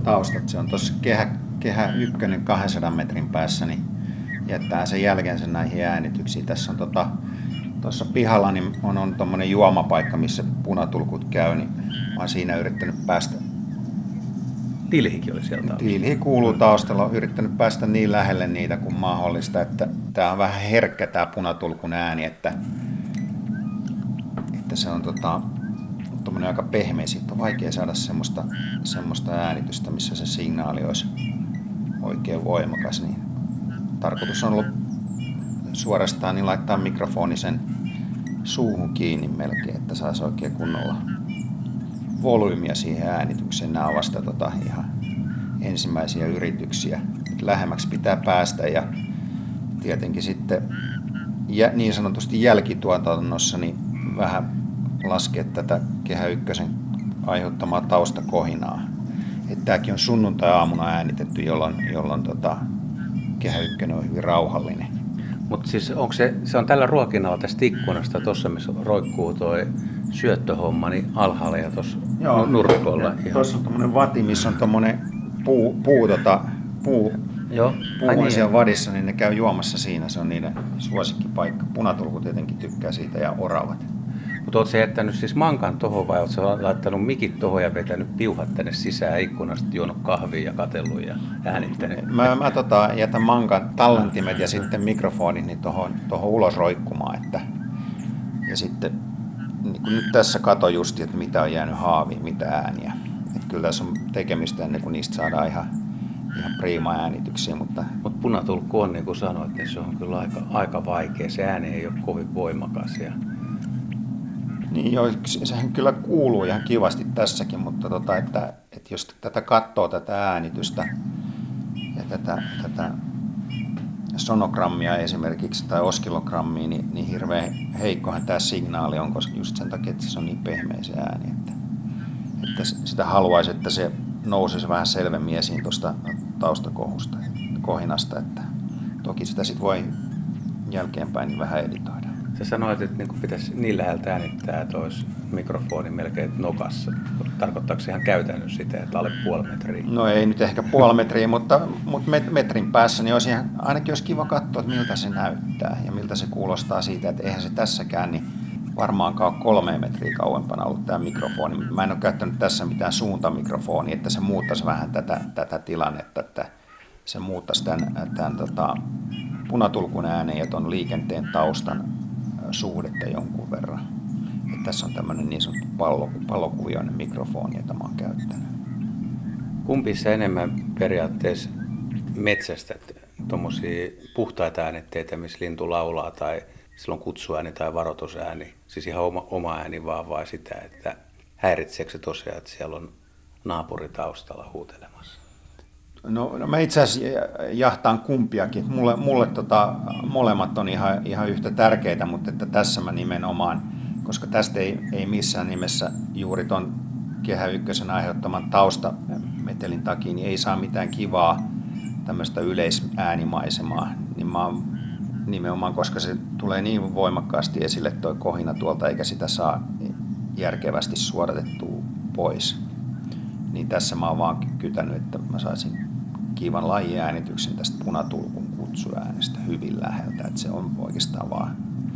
taustat. Se on tuossa kehä 1 200 metrin päässä, niin jättää sen jälkeensä näihin äänityksiin. Tässä on tuossa pihalla niin on tuommoinen juomapaikka, missä punatulkut käy, niin mä oon siinä yrittänyt päästä. Tilhikin oli sieltä. Tilhi kuuluu taustalla, on yrittänyt päästä niin lähelle niitä kuin mahdollista, että tää on vähän herkkä tää punatulkun ääni, että se on tommonen aika pehmeä, siitä on vaikea saada semmoista äänitystä, missä se signaali olisi oikein voimakas, niin tarkoitus on ollut suorastaan niin laittaa mikrofoni sen suuhun kiinni melkein, että saisi oikein kunnolla volyymiä siihen äänitykseen. Nämä on vasta ihan ensimmäisiä yrityksiä. Lähemmäksi pitää päästä ja tietenkin sitten niin sanotusti jälkituotannossa niin vähän laskea tätä Kehä Ykkösen aiheuttamaa taustakohinaa. Tämäkin on sunnuntai-aamuna äänitetty, jolloin Kehä Ykkönen on hyvin rauhallinen. Mutta siis onko se on tällä ruokinnalla tästä ikkunasta, tuossa missä roikkuu tuo syöttöhomma, niin alhaalla ja tuossa nurkalla. Tuossa on tuommoinen vati, missä on tuommoinen puumaisia vadissa, niin ne käy juomassa siinä. Se on niiden suosikkipaikka. Punatulku tietenkin tykkää siitä ja oravat. Mutta oletko jättänyt siis mankan tohon vai oletko laittanut mikit tohon ja vetänyt piuhat tänne sisään ikkunasta, juonut kahvia ja katsellut ja äänittänyt? Mä jätän mankan tallentimet ja sitten mikrofonit niin tohon ulos roikkumaan. Ja sitten niin kun nyt tässä kato justi, että mitä on jäänyt haaviin, mitä ääniä. Että kyllä tässä on tekemistä ennen kuin niistä saadaan ihan priima äänityksiä. Mutta punatulkku on niin kuin sanoit, niin se on kyllä aika vaikea. Se ääni ei ole kovin voimakas. Niin joo, sehän kyllä kuuluu ihan kivasti tässäkin, mutta että jos tätä katsoo tätä äänitystä ja tätä sonogrammia esimerkiksi tai oskilogrammia, niin hirveän heikkohan tämä signaali on, koska just sen takia, että se on niin pehmeä se ääni, että sitä haluaisi, että se nousisi vähän selvemmin esiin tuosta taustakohinasta, että toki sitä sitten voi jälkeenpäin niin vähän editoida. Sä sanoit, että niin pitäisi niin läheltä äänittää, että olisi mikrofoni melkein nokassa. Tarkoittaako se ihan käytännössä sitä, että alle puoli metriä? No ei nyt ehkä puoli metriä, mutta metrin päässä niin ainakin olisi kiva katsoa, että miltä se näyttää ja miltä se kuulostaa siitä, että eihän se tässäkään niin varmaankaan ole 3 metriä kauempana ollut tämä mikrofoni. Mä en ole käyttänyt tässä mitään suuntamikrofonia, että se muuttaisi vähän tätä tilannetta, että se muuttaisi tämän punatulkun äänen ja tuon liikenteen taustan suhdetta jonkun verran. Ja tässä on tämmöinen niin sanottu pallokuvioinen mikrofoni, jota mä oon käyttänyt. Kumpi sä enemmän periaatteessa metsästät tuommoisia puhtaita äänitteitä, missä lintu laulaa tai silloin kutsuääni tai varoitusääni, siis ihan oma ääni vai sitä, että häiritseekö se tosiaan, että siellä on naapuri taustalla huutelemassa? No mä itse asiassa jahtaan kumpiakin. Mulle molemmat on ihan yhtä tärkeitä, mutta että tässä mä nimenomaan, koska tästä ei missään nimessä juuri ton Kehä Ykkösen aiheuttaman taustametelin takia, niin ei saa mitään kivaa tämmöistä yleisäänimaisemaa. Niin mä oon nimenomaan, koska se tulee niin voimakkaasti esille toi kohina tuolta, eikä sitä saa järkevästi suodatettua pois. Niin tässä mä oon vaan kytänyt, että mä saisin kivan lajiäänityksen tästä punatulkun kutsuäänestä hyvin läheltä. Että se on oikeastaan vaan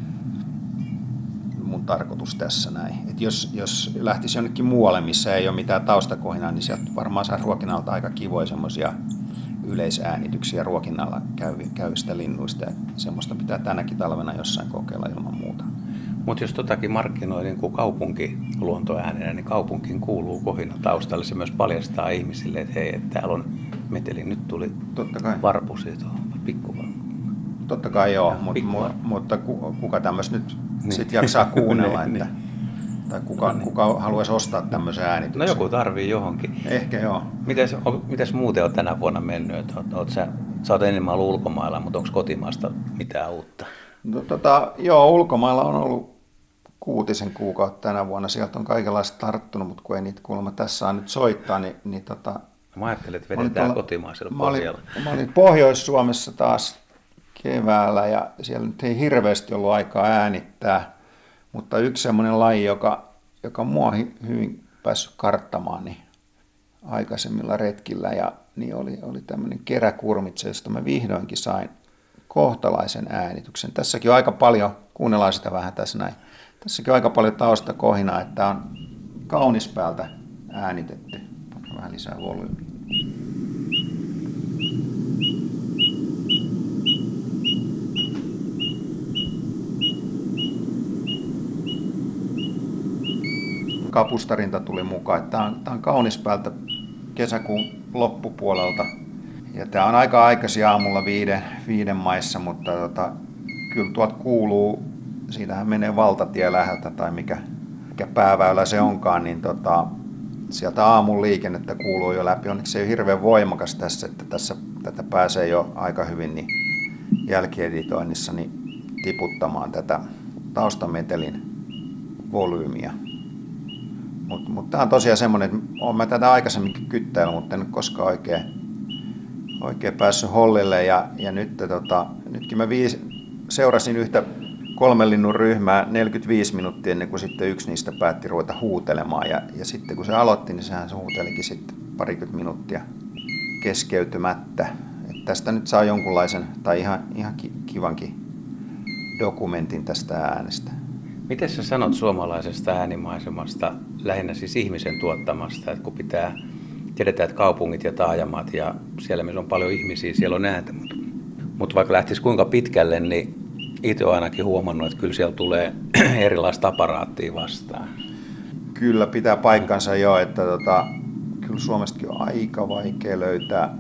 mun tarkoitus tässä näin. Että jos lähtisi jonnekin muualle, missä ei ole mitään taustakohinaa, niin sieltä varmaan saa ruokinnalta aika kivoja semmoisia yleisäänityksiä ruokinnalla käyvistä linnuista. Ja semmoista pitää tänäkin talvena jossain kokeilla ilman muuta. Mutta jos totakin markkinoi niin kuin kaupunkiluontoäänenä, niin kaupunkiin kuuluu kohina taustalle. Se myös paljastaa ihmisille, että hei, että täällä on meteli. Nyt tuli varpu siitä, pikkuvarpu. Totta kai joo, mutta kuka tämmöistä nyt sit jaksaa kuunnella, että, tai kuka haluaisi ostaa tämmöisen äänityksen? No joku tarvii johonkin. Ehkä joo. Mites muuten on tänä vuonna mennyt? Sä oot enemmän ollut ulkomailla, mutta onko kotimaasta mitään uutta? No, joo, ulkomailla on ollut 6 kuukautta tänä vuonna. Sieltä on kaikenlaista tarttunut, mutta kun ei niitä kuulemma tässä saa nyt soittaa, niin mä ajattelin, että vedetään kotimaisella pohjalla. Mä olin Pohjois-Suomessa taas keväällä ja siellä nyt ei hirveästi ollut aikaa äänittää, mutta yksi semmoinen laji, joka mua hyvin päässyt karttamaan, niin aikaisemmilla retkillä ja niin oli tämmöinen keräkurmitse, josta mä vihdoinkin sain kohtalaisen äänityksen. Tässäkin on aika paljon, kuunnellaan sitä vähän tässä näin, tässäkin on aika paljon taustakohinaa, että on Kaunispäältä äänitetty. Vähän lisää volyymiä. Kapustarinta tuli mukaan. Tämä on Kaunispäältä kesäkuun loppupuolelta. Ja tämä on aika aikaisin aamulla 5 maissa, mutta kyllä tuolta kuuluu, siitähän menee valtatie läheltä tai mikä pääväylä se onkaan, niin sieltä aamun liikennettä kuuluu jo läpi. Onneksi se ei ole hirveän voimakas tässä, että tätä pääsee jo aika hyvin niin jälkieditoinnissa niin tiputtamaan tätä taustametelin volyymiä. Mutta tämä on tosiaan semmoinen, että olen mä tätä aikaisemminkin kyttäillyt, mutta en ole koskaan oikein päässyt hollille. Ja nytkin mä seurasin yhtä 3 linnun ryhmää 45 minuuttia ennen kuin sitten yksi niistä päätti ruveta huutelemaan. Ja sitten kun se aloitti, niin se huutelikin sitten 20 minuuttia keskeytymättä. Et tästä nyt saa jonkunlaisen tai ihan kivankin dokumentin tästä äänestä. Miten sä sanot suomalaisesta äänimaisemasta, lähinnä siis ihmisen tuottamasta, että kun tiedetään, että kaupungit ja taajamat ja siellä missä on paljon ihmisiä, siellä on ääntä, mutta vaikka lähtisi kuinka pitkälle, niin itse olen ainakin huomannut, että kyllä siellä tulee erilaista aparaattia vastaan. Kyllä pitää paikkansa jo, että kyllä Suomestakin on aika vaikea löytää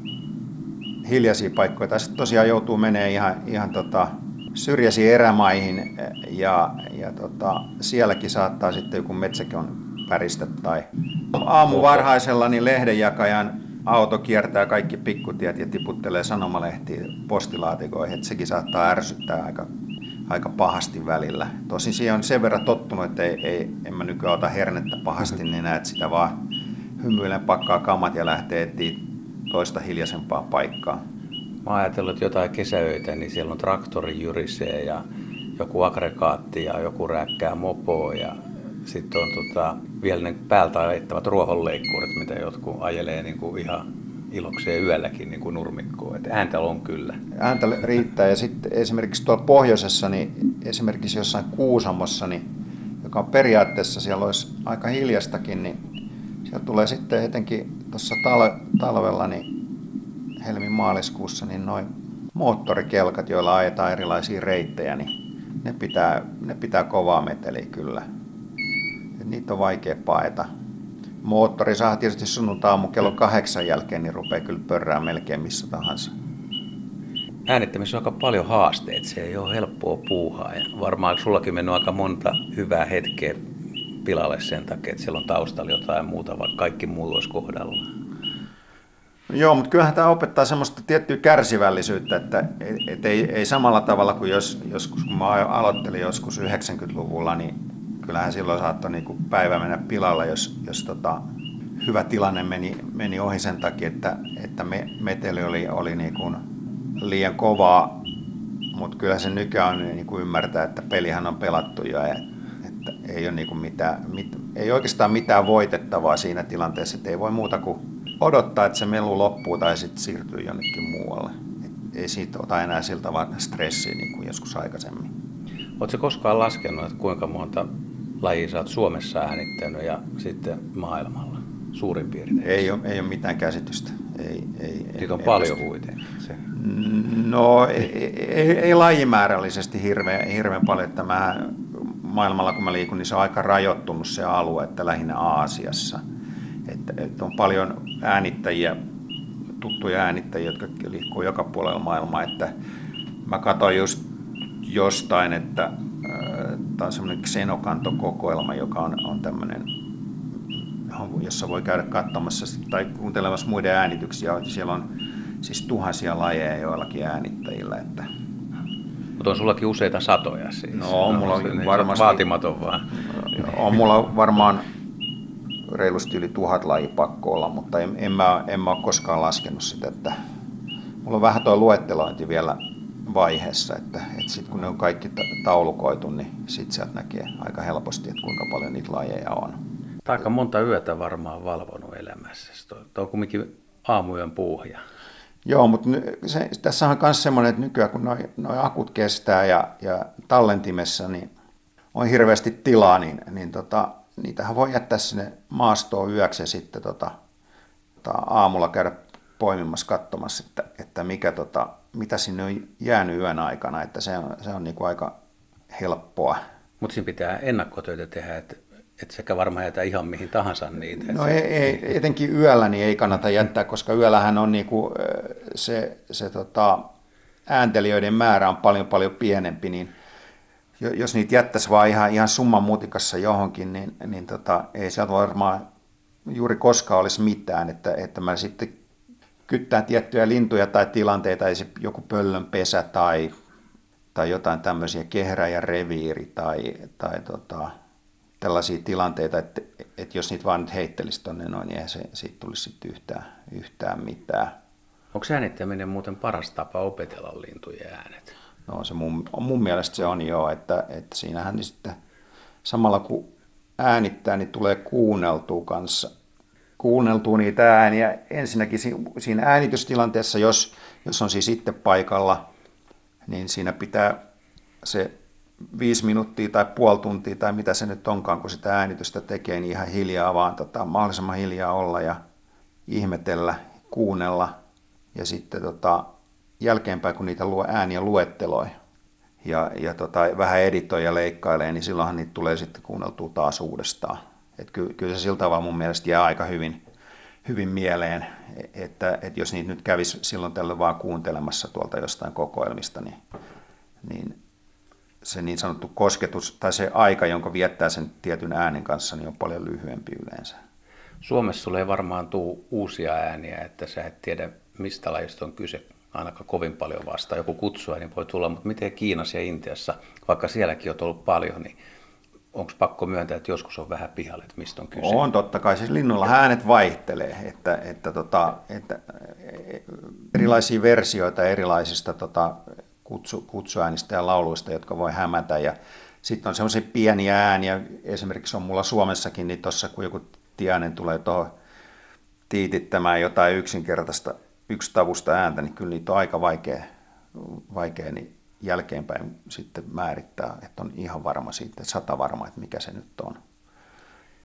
hiljaisia paikkoja. Tai sitten tosiaan joutuu menemään ihan syrjäisiin erämaihin ja sielläkin saattaa sitten joku metsäkin on päristä tai aamuvarhaisella niin lehdenjakajan auto kiertää kaikki pikkutiet ja tiputtelee sanomalehtiä postilaatikoihin, että sekin saattaa ärsyttää aika pahasti välillä. Tosin siihen on sen verran tottunut, että en mä nykyään ota hernettä pahasti, niin näet sitä vaan hymyilen, pakkaa kamat ja lähtee etsiä toista hiljaisempaa paikkaa. Mä oon ajatellut, että jotain kesäöitä, niin siellä on traktori jyrisee ja joku aggregaatti ja joku rääkkää mopoa ja sitten on vielä ne päältä ajettavat ruohonleikkuurit, mitä jotkut ajelee niin kuin ihan ilokseen yölläkin niin kuin nurmikkoon. Et ääntä on kyllä. Ääntä riittää ja sitten esimerkiksi tuolla pohjoisessa, niin esimerkiksi jossain Kuusamossa, niin, joka on periaatteessa siellä olisi aika hiljastakin, niin sieltä tulee sitten etenkin tuossa talvella, niin helmi-maaliskuussa, niin noin moottorikelkat, joilla ajetaan erilaisia reittejä, niin ne pitää kovaa meteliä kyllä. Et niitä on vaikea paeta. Moottori saa tietysti sunnuntai-aamu kello 8 jälkeen, niin rupeaa kyllä pörrää melkein missä tahansa. Äänittämisessä on aika paljon haasteita, se ei ole helppoa puuhaa. Ja varmaan sullakin mennyt aika monta hyvää hetkeä pilalle sen takia, että siellä on taustalla jotain muuta, vaikka kaikki muu olisi kohdalla. Joo, mutta kyllähän tämä opettaa semmoista tiettyä kärsivällisyyttä, että ei samalla tavalla kuin joskus, kun mä aloittelin joskus 90-luvulla, niin kyllähän silloin saattoi niin kuin päivä mennä pilalle, jos hyvä tilanne meni ohi sen takia, että meteli oli niin kuin liian kovaa, mutta kyllä se nykyään on niin kuin ymmärtää, että pelihän on pelattu jo, että ei ole niin kuin ei oikeastaan mitään voitettavaa siinä tilanteessa, että ei voi muuta kuin odottaa, että se melu loppuu tai sitten siirtyy jonnekin muualle. Ei siitä ota enää siltä tavalla stressiä niin kuin joskus aikaisemmin. Oletko koskaan laskenut, että kuinka monta lajia sä oot Suomessa äänittänyt ja sitten maailmalla suurin piirtein? Ei ole mitään käsitystä. Niitä on paljon kuitenkin. No ei lajimäärällisesti hirveän paljon. Että maailmalla kun mä liikun, niin se on aika rajoittunut se alue, että lähinnä Aasiassa. Että on paljon äänittäjiä, tuttuja äänittäjiä, jotka liikkuu joka puolella maailmaa. Että mä katsoin just jostain, että tämä on semmoinen Xenokanto-kokoelma, joka on tämmöinen, jossa voi käydä katsomassa tai kuuntelemassa muiden äänityksiä. Siellä on siis tuhansia lajeja joillakin äänittäjillä. Mutta on sullakin useita satoja siis. No on mulla varmasti. Vaatimaton vaan. On mulla varmaan reilusti yli 1000 lajia pakko olla, mutta en mä ole koskaan laskenut sitä, että mulla on vähän tuo luettelointi vielä vaiheessa, että sitten kun ne on kaikki taulukoitu, niin sitten sieltä näkee aika helposti, että kuinka paljon niitä lajeja on. Aika monta yötä varmaan valvonut elämässä. Tuo on kumminkin aamuyön puuhia. Joo, mutta tässä on myös semmoinen, että nykyään kun noi akut kestää ja tallentimessa niin on hirveästi tilaa, niitähän voi jättää sinne maastoon yöksi ja sitten aamulla käydä poimimassa katsomassa, että mitä sinne on jäänyt yön aikana, että se on niin kuin aika helppoa. Mutta siinä pitää ennakkotöitä tehdä, että sekä varmaan jätä ihan mihin tahansa niitä. No ei, etenkin yöllä niin ei kannata jättää, koska yöllähän on niinku se ääntelijöiden määrä on paljon pienempi, niin jos niitä jättäisi vaan ihan summan mutikassa johonkin, niin ei sieltä varmaan juuri koskaan olisi mitään, että mä sitten kyttään tiettyjä lintuja tai tilanteita, joku pöllönpesä tai jotain tämmöisiä, kehräjän reviiri tai tällaisia tilanteita, että jos niitä vaan nyt heittelisi tuonne noin, niin eihän siitä tulisi sitten yhtään mitään. Onko äänittäminen muuten paras tapa opetella lintujen äänet? No mun mielestä se on joo, että siinähän niin sitten samalla kun äänittää, niin tulee kuunneltua niitä ääniä. Ensinnäkin siinä äänitystilanteessa, jos on siis itse paikalla, niin siinä pitää se 5 minuuttia tai puoli tuntia tai mitä se nyt onkaan, kun sitä äänitystä tekee, niin ihan hiljaa vaan mahdollisimman hiljaa olla ja ihmetellä, kuunnella ja sitten jälkeenpäin, kun niitä ääniä luetteloi ja vähän editoi ja leikkailee, niin silloinhan niitä tulee sitten kuunneltua taas uudestaan. Et kyllä se sillä tavalla mun mielestä jää aika hyvin mieleen, että jos niitä nyt kävisi silloin tällöin vaan kuuntelemassa tuolta jostain kokoelmista, niin se niin sanottu kosketus tai se aika, jonka viettää sen tietyn äänen kanssa, niin on paljon lyhyempi yleensä. Suomessa sulle ei varmaan tule uusia ääniä, että sä et tiedä, mistä lajista on kyse ainakaan kovin paljon vastaan. Joku kutsuääni voi tulla, mutta miten Kiinassa ja Intiassa, vaikka sielläkin on ollut paljon, niin onko pakko myöntää, että joskus on vähän pihalle, että mistä on kyse? On totta kai, siis linnulla äänet vaihtelee, että erilaisia versioita erilaisista kutsuäänistä ja lauluista, jotka voi hämätä. Ja sitten on semmoisia pieniä ääniä, esimerkiksi on mulla Suomessakin, niin tuossa kun joku tiainen tulee tuohon tiitittämään jotain yksinkertaista yksitavusta ääntä, niin kyllä niitä on aika vaikea jälkeenpäin sitten määrittää, että on ihan varma siitä, 100 varma, että mikä se nyt on.